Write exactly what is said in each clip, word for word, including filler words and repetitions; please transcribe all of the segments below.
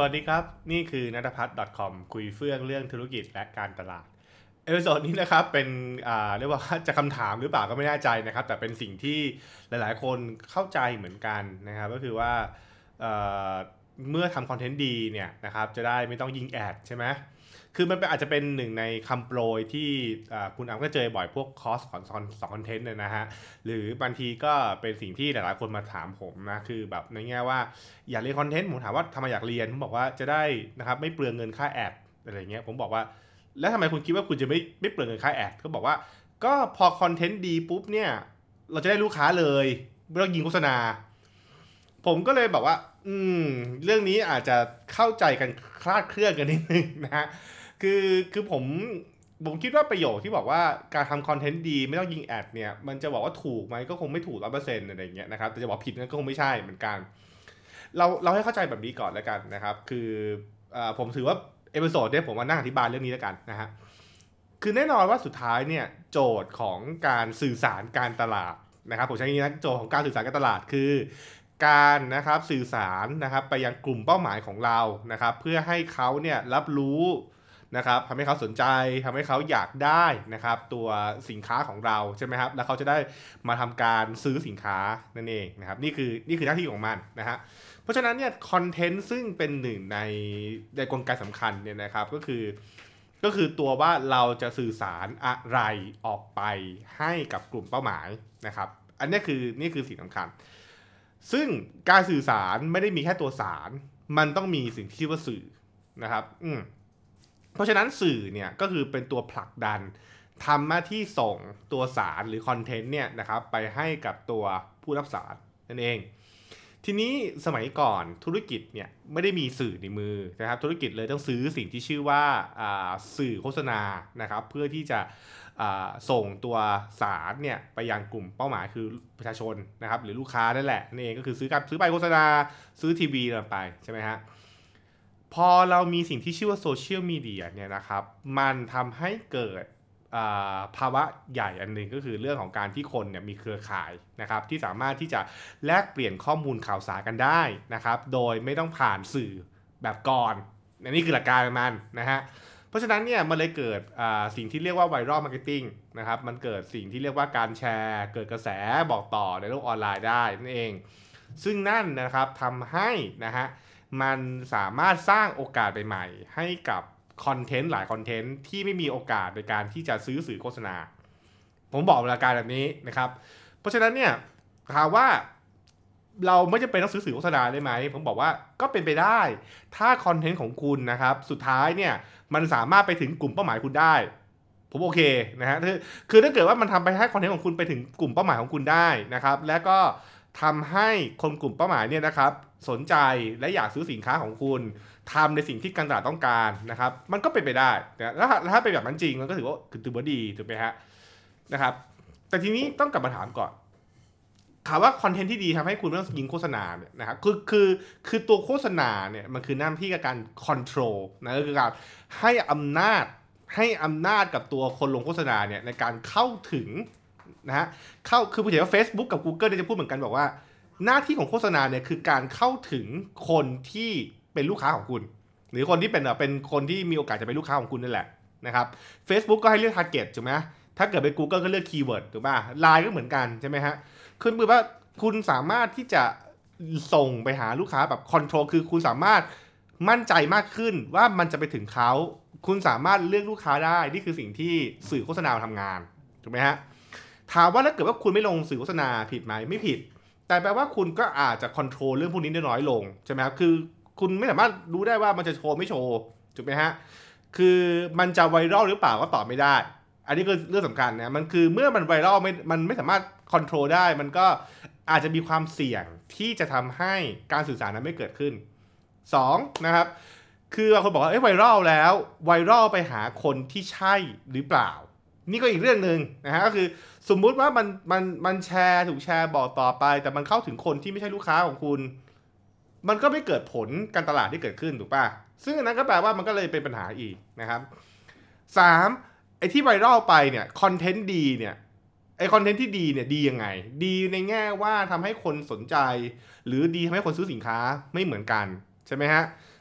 วัสดีครับนี่คือนัทพัฒน์ .com คุยเฟื่องเรื่องธุรกิจและการตลาดเอพิโซดนี้นะครับเป็นอ่าเรียกว่าจะคำถามหรือเปล่าก็ไม่แน่ใจนะครับแต่เป็นสิ่งที่หลายๆคนเข้าใจเหมือนกันนะครับก็คือว่าเอ่อเมื่อทำคอนเทนต์ดีเนี่ยนะครับจะได้ไม่ต้องยิงแอดใช่ไหมคือมันเป็นอาจจะเป็นหนึ่งในคำโปรยที่อ่าคุณอัมก็เจอบ่อยพวกคอสของสอนสอนคอนเทนต์เนี่ยนะฮะหรือบางทีก็เป็นสิ่งที่หลายๆคนมาถามผมนะคือแบบในแง่ว่า อยากเรียนคอนเทนต์ผมถามว่าทำไมอยากเรียนผมบอกว่าจะได้นะครับไม่เปลืองเงินค่าแอดอะไรเงี้ยผมบอกว่าแล้วทำไมคุณคิดว่าคุณจะไม่ไม่เปลืองเงินค่าแอดก็บอกว่าก็พอคอนเทนต์ดีปุ๊บเนี่ยเราจะได้ลูกค้าเลยไม่ต้องยิงโฆษณาผมก็เลยบอกว่าอืมเรื่องนี้อาจจะเข้าใจกันคลาดเคลื่อนกันนิดนึงนะฮะคือคือผมผมคิดว่าประโยคที่บอกว่าการทำคอนเทนต์ดีไม่ต้องยิงแอดเนี่ยมันจะบอกว่าถูกไหมก็คงไม่ถูกร้อยเปอร์เซ็นต์อะไรเงี้ยนะครับแต่จะบอกผิดนั่นก็คงไม่ใช่เหมือนกัน เราเราให้เข้าใจแบบนี้ก่อนแล้วกันนะครับคืออผมถือว่าเอพิโซดเนี้ยผมมานั่งอธิบายเรื่องนี้แล้วกันนะฮะคือแน่นอนว่าสุดท้ายเนี่ยโจทย์ของการสื่อสารการตลาดนะครับผมใช้คำนี้นะโจทย์ของการสื่อสารการตลาดคือการนะครับสื่อสารนะครับไปยังกลุ่มเป้าหมายของเรานะครับเพื่อให้เขาเนี่ยรับรู้นะครับทำให้เขาสนใจทำให้เขาอยากได้นะครับตัวสินค้าของเราใช่ไหมครับแล้วเขาจะได้มาทำการซื้อสินค้านั่นเองนะครับนี่คือนี่คือหน้าที่ของมันนะฮะ เพราะฉะนั้นเนี่ยคอนเทนต์ซึ่งเป็นหนึ่งในในกลไกสำคัญเนี่ยนะครับก็คือก็คือตัวว่าเราจะสื่อสารอะไรออกไปให้กับกลุ่มเป้าหมายนะครับอันนี้คือนี่คือสิ่งสำคัญซึ่งการสื่อสารไม่ได้มีแค่ตัวสารมันต้องมีสิ่งที่ชื่อว่าสื่อนะครับอืมเพราะฉะนั้นสื่อเนี่ยก็คือเป็นตัวผลักดันทำหน้าที่ส่งตัวสารหรือคอนเทนต์เนี่ยนะครับไปให้กับตัวผู้รับสารนั่นเอง ทีนี้สมัยก่อนธุรกิจเนี่ยไม่ได้มีสื่อในมือนะครับธุรกิจเลยต้องซื้อสิ่งที่ชื่อว่าสื่อโฆษณานะครับเพื่อที่จะส่งตัวสารเนี่ยไปยังกลุ่มเป้าหมายคือประชาชนนะครับหรือลูกค้านั่นแหละนั่นเองก็คือซื้อกับซื้อใบโฆษณาซื้อทีวีไปใช่ไหมฮะพอเรามีสิ่งที่ชื่อว่าโซเชียลมีเดียเนี่ยนะครับมันทำให้เกิดภาวะใหญ่อันหนึ่งก็คือเรื่องของการที่คนเนี่ยมีเครือข่ายนะครับที่สามารถที่จะแลกเปลี่ยนข้อมูลข่าวสารกันได้นะครับโดยไม่ต้องผ่านสื่อแบบก่อนอันนี้คือหลักการมันนะฮะเพราะฉะนั้นเนี่ยมันเลยเกิดสิ่งที่เรียกว่าไวรัลมาร์เก็ตติ้งนะครับมันเกิดสิ่งที่เรียกว่าการแชร์เกิดกระแสบอกต่อในโลกออนไลน์ได้นั่นเองซึ่งนั่นนะครับทำให้นะฮะมันสามารถสร้างโอกาสใหม่ๆให้กับคอนเทนต์หลายคอนเทนต์ที่ไม่มีโอกาสในการที่จะซื้อสื่อโฆษณาผมบอกหลักการแบบนี้นะครับเพราะฉะนั้นเนี่ยถามว่าเราไม่จำเป็นต้องซื้อสื่อโฆษณาได้ไหมผมบอกว่าก็เป็นไปได้ถ้าคอนเทนต์ของคุณนะครับสุดท้ายเนี่ยมันสามารถไปถึงกลุ่มเป้าหมายคุณได้ผมโอเคนะฮะคือคือถ้าเกิดว่ามันทำไปให้คอนเทนต์ของคุณไปถึงกลุ่มเป้าหมายของคุณได้นะครับและก็ทำให้คนกลุ่มเป้าหมายเนี่ยนะครับสนใจและอยากซื้อสินค้าของคุณทำในสิ่งที่การตลาดต้องการนะครับมันก็เป็นไปได้นะแล้วถ้าเป็นแบบนั้นจริงมันก็ถือว่าถือว่าดีถูกไหมฮะนะครับแต่ทีนี้ต้องกลับมาถามก่อนถามว่าคอนเทนต์ที่ดีทำให้คุณไม่ต้องยิงโฆษณาเนี่ยนะครับคือคือคือตัวโฆษณาเนี่ยมันคือหน้าที่การคอนโทรลนะก็คือการให้อำนาจให้อำนาจกับตัวคนลงโฆษณาเนี่ยในการเข้าถึงนะฮะเข้าคือผมเห็นว่า Facebook กับ Google เนี่ยจะพูดเหมือนกันบอกว่าหน้าที่ของโฆษณาเนี่ยคือการเข้าถึงคนที่เป็นลูกค้าของคุณหรือคนที่เป็นเป็นคนที่มีโอกาสจะเป็นลูกค้าของคุณนั่นแหละนะครับ Facebook ก็ให้เลือก target ถูกไหมถ้าเกิดเป็น Google ก็เลือกคีย์เวิร์ดถูกป่ะ ไลน์ ก็เหมือนกันใช่ไหมฮะคือคือว่าคุณสามารถที่จะส่งไปหาลูกค้าแบบคอนโทรลคือคุณสามารถมั่นใจมากขึ้นว่ามันจะไปถึงเขาคุณสามารถเลือกลูกค้าได้นี่คือสิ่งที่สื่อโฆษณาทำงานถูกไหมฮะถามว่าถ้าเกิดว่าคุณไม่ลงสื่อโฆษณาผิดไหมไม่ผิดแต่แปลว่าคุณก็อาจจะคอนโทรลเรื่องพวกนี้ได้น้อยลงใช่ไหมครับคือคุณไม่สามารถรู้ได้ว่ามันจะโชว์ไม่โชว์ถูกไหมฮะคือมันจะไวรัลหรือเปล่าก็ตอบไม่ได้อันนี้ก็เรื่องสำคัญนะมันคือเมื่อมันไวรัลไม่มันไม่สามารถคอนโทรลได้มันก็อาจจะมีความเสี่ยงที่จะทำให้การสื่อสารนั้นไม่เกิดขึ้นสองนะครับคือบางคนบอกว่าเอ้ยไวรัลแล้วไวรัลไปหาคนที่ใช่หรือเปล่านี่ก็อีกเรื่องนึงนะฮะก็คือสมมุติว่ามันมันมันแชร์ถูกแชร์บอกต่อไปแต่มันเข้าถึงคนที่ไม่ใช่ลูกค้าของคุณมันก็ไม่เกิดผลการตลาดที่เกิดขึ้นถูกป่ะซึ่งอันนั้นก็แปลว่ามันก็เลยเป็นปัญหาอีกนะครับสามไอ้ที่ไวรัลไปเนี่ยคอนเทนต์ดีเนี่ยไอคอนเทนต์ที่ดีเนี่ยดียังไงดีในแง่ว่าทำให้คนสนใจหรือดีทำให้คนซื้อสินค้าไม่เหมือนกันใช่ไหมฮะ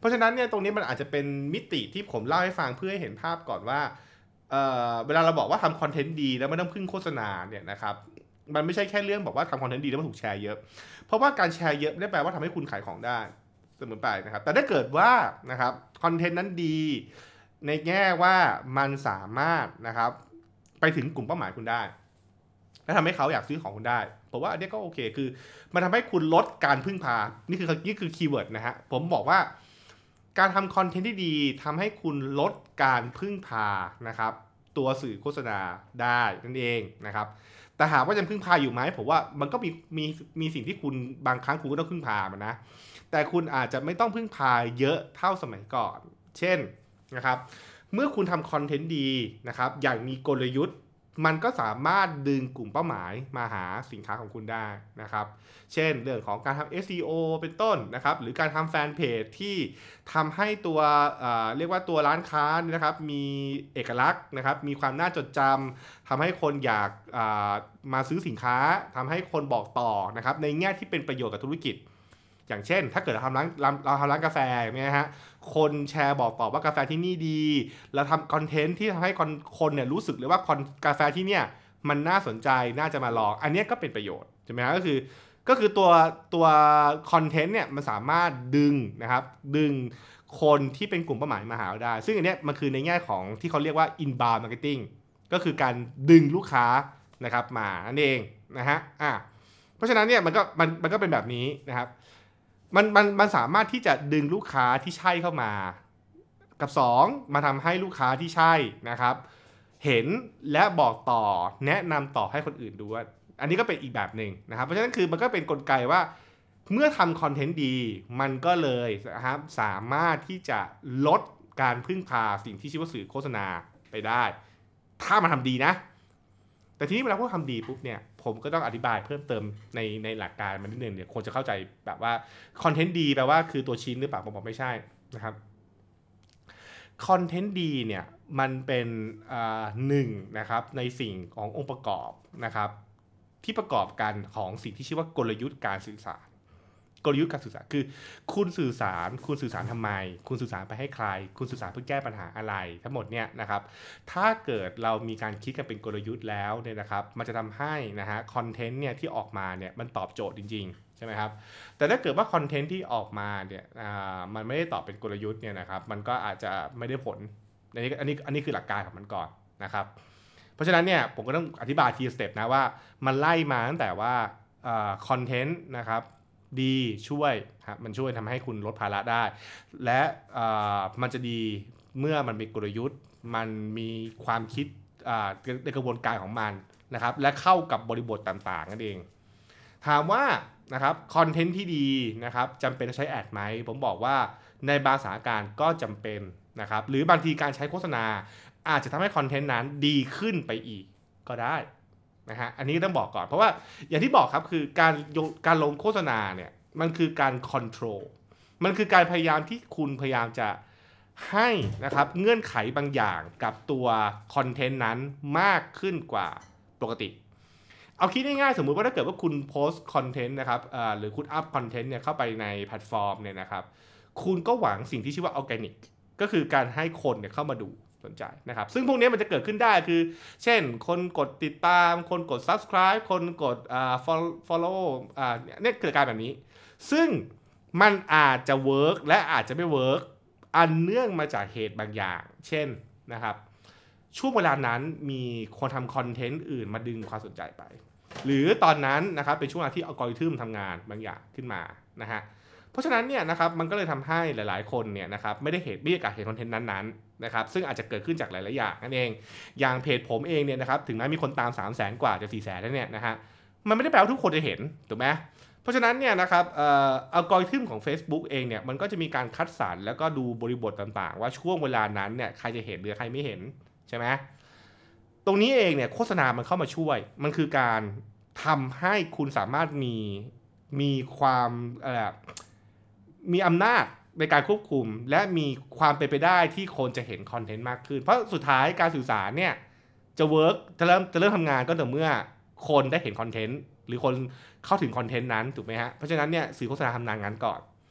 เพราะฉะนั้นเนี่ยตรงนี้มันอาจจะเป็นมิติที่ผมเล่าให้ฟังเพื่อให้เห็นภาพก่อนว่าเอ่อเวลาเราบอกว่าทำคอนเทนต์ดีแล้วไม่ต้องพึ่งโฆษณาเนี่ยนะครับมันไม่ใช่แค่เรื่องบอกว่าทำคอนเทนต์ดีแล้วมันถูกแชร์เยอะเพราะว่าการแชร์เยอะไม่ได้แปลว่าทำให้คุณขายของได้เสมอไปนะครับแต่ถ้าเกิดว่านะครับคอนเทนต์นั้นดีในแง่ว่ามันสามารถนะครับไปถึงกลุ่มเป้าหมายคุณได้และทำให้เขาอยากซื้อของคุณได้ผมว่าอันนี้ก็โอเคคือมันทำให้คุณลดการพึ่งพานี่คือนี่คือคีย์เวิร์ดนะฮะผมบอกว่าการทำคอนเทนต์ที่ดีทำให้คุณลดการพึ่งพานะครับตัวสื่อโฆษณาได้นั่นเองนะครับแต่หากว่าจะพึ่งพาอยู่ไหมผมว่ามันก็มีมีมีสิ่งที่คุณบางครั้งคุณก็ต้องพึ่งพามันนะแต่คุณอาจจะไม่ต้องพึ่งพาเยอะเท่าสมัยก่อนเช่นนะครับเมื่อคุณทำคอนเทนต์ดีนะครับอย่างมีกลยุทธ์มันก็สามารถดึงกลุ่มเป้าหมายมาหาสินค้าของคุณได้นะครับเช่นเรื่องของการทำ เอส อี โอ เป็นต้นนะครับหรือการทำแฟนเพจที่ทำให้ตัวเอ่อเรียกว่าตัวร้านค้านะครับมีเอกลักษณ์นะครับมีความน่าจดจำทำให้คนอยากามาซื้อสินค้าทำให้คนบอกต่อนะครับในแง่ที่เป็นประโยชน์กับธุรกิจอย่างเช่นถ้าเกิดเราทำร้านเราทำร้านกาแฟเนี่ยฮะคนแชร์บอกต่อว่ากาแฟที่นี่ดีเราทำคอนเทนต์ที่ทำให้คนคนเนี่ยรู้สึกเลยว่ากาแฟที่เนี่ยมันน่าสนใจน่าจะมาลองอันนี้ก็เป็นประโยชน์ใช่ไหมฮะก็คือก็คือตัวตัวคอนเทนต์เนี่ยมันสามารถดึงนะครับดึงคนที่เป็นกลุ่มเป้าหมายมาหาเราได้ซึ่งอันนี้มันคือในแง่ของที่เขาเรียกว่า inbound marketing ก็คือการดึงลูกค้านะครับมานั่นเองนะฮะอ่ะเพราะฉะนั้นเนี่ยมันก็มันมันก็เป็นแบบนี้นะครับมันมันมันสามารถที่จะดึงลูกค้าที่ใช่เข้ามากับสองมาทำให้ลูกค้าที่ใช่นะครับเห็นและบอกต่อแนะนำต่อให้คนอื่นดูว่าอันนี้ก็เป็นอีกแบบหนึ่งนะครับเพราะฉะนั้นคือมันก็เป็นกลไกว่าเมื่อทำคอนเทนต์ดีมันก็เลยนะครับสามารถที่จะลดการพึ่งพาสิ่งที่ชื่อว่าสื่อโฆษณาไปได้ถ้ามันทำดีนะแต่ทีนี้เวลาพวกทำดีปุ๊บเนี่ยผมก็ต้องอธิบายเพิ่มเติมในในหลักการมันนิดนึงเดี๋ยวคนจะเข้าใจแบบว่าคอนเทนต์ดีแปลว่าคือตัวชิ้นหรือเปล่าผมบอกไม่ใช่นะครับคอนเทนต์ดีเนี่ยมันเป็นหนึ่งนะครับในสิ่งขององค์ประกอบนะครับที่ประกอบกันของสิ่งที่ชื่อว่ากลยุทธ์การสื่อสารกลยุทธ์การสื่อสารคือคุณสื่อสารคุณสื่อสารทำไมคุณสื่อสารไปให้ใครคุณสื่อสารเพื่อแก้ปัญหาอะไรทั้งหมดเนี่ยนะครับถ้าเกิดเรามีการคิดกันเป็นกลยุทธ์แล้วเนี่ยนะครับมันจะทำให้นะฮะคอนเทนต์เนี่ยที่ออกมาเนี่ยมันตอบโจทย์จริงๆใช่ไหมครับแต่ถ้าเกิดว่าคอนเทนต์ที่ออกมาเนี่ยมันไม่ได้ตอบเป็นกลยุทธ์เนี่ยนะครับมันก็อาจจะไม่ได้ผลอันนี้อันนี้อันนี้คือหลักการของมันก่อนนะครับเพราะฉะนั้นเนี่ยผมก็ต้องอธิบายทีสเต็ปนะว่ามันไล่มาตั้งแต่ว่าคอนเทนต์นะครับดีช่วยครับมันช่วยทำให้คุณลดภาระได้และมันจะดีเมื่อมันมีกลยุทธ์มันมีความคิดในกระบวนการของมันนะครับและเข้ากับบริบทต่างๆนั่นเองถามว่านะครับคอนเทนต์ที่ดีนะครับจำเป็นต้องใช้แอดไหมผมบอกว่าในบางสถานการณ์ก็จำเป็นนะครับหรือบางทีการใช้โฆษณาอาจจะทำให้คอนเทนต์นั้นดีขึ้นไปอีกก็ได้นะฮะอันนี้ต้องบอกก่อนเพราะว่าอย่างที่บอกครับคือการการลงโฆษณาเนี่ยมันคือการคอนโทรลมันคือการพยายามที่คุณพยายามจะให้นะครับเงื่อนไขบางอย่างกับตัวคอนเทนต์นั้นมากขึ้นกว่าปกติเอาคิดง่ายๆสมมุติว่าถ้าเกิดว่าคุณโพสต์คอนเทนต์นะครับหรือคุณอัพคอนเทนต์เนี่ยเข้าไปในแพลตฟอร์มเนี่ยนะครับคุณก็หวังสิ่งที่ชื่อว่าออร์แกนิกก็คือการให้คนเนี่ยเข้ามาดูสนใจนะครับซึ่งพวกนี้มันจะเกิดขึ้นได้คือเช่นคนกดติดตามคนกด subscribe คนกดอ่า follow อ่าเนี่ยเกิดการแบบนี้ซึ่งมันอาจจะ work และอาจจะไม่ work อันเนื่องมาจากเหตุบางอย่างเช่นนะครับช่วงเวลานั้นมีคนทำคอนเทนต์อื่นมาดึงความสนใจไปหรือตอนนั้นนะครับเป็นช่วงเวลาที่อัลกอริทึมทำงานบางอย่างขึ้นมานะฮะเพราะฉะนั้นเนี่ยนะครับมันก็เลยทำให้หลายๆคนเนี่ยนะครับไม่ได้เห็นไม่ได้การเห็นคอนเทนต์นั้นๆนะครับซึ่งอาจจะเกิดขึ้นจากหลายๆอย่างนั่นเองอย่างเพจผมเองเนี่ยนะครับถึงแม้มีคนตาม สามแสน กว่าจะ สี่แสน แล้วเนี่ยนะฮะมันไม่ได้แปลว่าทุกคนจะเห็นถูกไหมเพราะฉะนั้นเนี่ยนะครับเอ่ออัลกอริทึมของ Facebook เองเนี่ยมันก็จะมีการคัดสรรแล้วก็ดูบริบทต่างๆว่าช่วงเวลานั้นเนี่ยใครจะเห็นหรือใครไม่เห็นใช่ไหมตรงนี้เองเนี่ยโฆษณามันเข้ามาช่วยมันคือการทำให้คุณสามารถมีมีความเอ่อมีอำนาจในการควบคุมและมีความเป็นไปได้ที่คนจะเห็นคอนเทนต์มากขึ้นเพราะสุดท้ายการสื่อสารเนี่ยจะเวิร์กจะเริ่มจะเริ่มทำงานก็ต่อเมื่อคนได้เห็นคอนเทนต์หรือคนเข้าถึงคอนเทนต์นั้นถูกไหมฮะเพราะฉะนั้นเนี่ยสื่อโฆษณาทำงานงานก่อนพ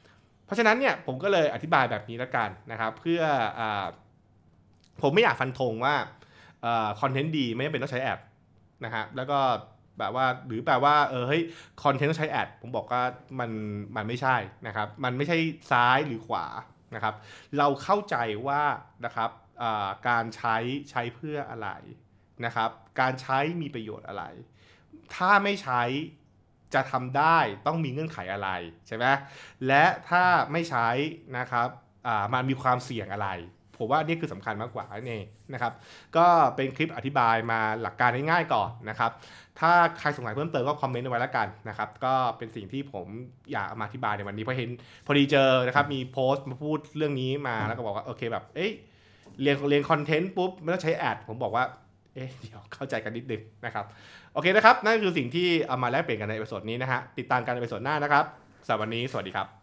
ราะฉะนั้นเนี่ยผมก็เลยอธิบายแบบนี้แล้วกันนะครับเพื่ออผมไม่อยากฟันธงว่าคอนเทนต์ดีไม่จำเป็นต้องใช้แอดนะฮะแล้วก็แบบว่าหรือแปลว่าเออเฮ้ยคอนเทนต์ต้องใช้แอดผมบอกว่ามันมันไม่ใช่นะครับมันไม่ใช่ซ้ายหรือขวานะครับเราเข้าใจว่านะครับการใช้ใช้เพื่ออะไรนะครับการใช้มีประโยชน์อะไรถ้าไม่ใช้จะทำได้ต้องมีเงื่อนไขอะไรใช่ไหมและถ้าไม่ใช้นะครับมันมีความเสี่ยงอะไรผมว่านี่คือสำคัญมากกว่านี่นะครับก็เป็นคลิปอธิบายมาหลักการง่ายๆก่อนนะครับถ้าใครสงสัยเพิ่มเติมก็คอมเมนต์ไว้แล้วกันนะครับก็เป็นสิ่งที่ผมอยากมาอธิบายในวันนี้เพราะเห็นพอดีเจอนะครับมีโพสต์มาพูดเรื่องนี้มาแล้วก็บอกว่าโอเคแบบเอ๊ะเรียนเรียนคอนเทนต์ปุ๊บไม่ต้องใช้แอดผมบอกว่าเอ๊ะเดี๋ยวเข้าใจกันนิดนึงนะครับโอเคนะครับนั่นคือสิ่งที่เอามาแลกเปลี่ยนกันในเอพิโซดนี้นะฮะติดตามกันในเอพิโซดหน้านะครับสำหรับวันนี้สวัสดีครับ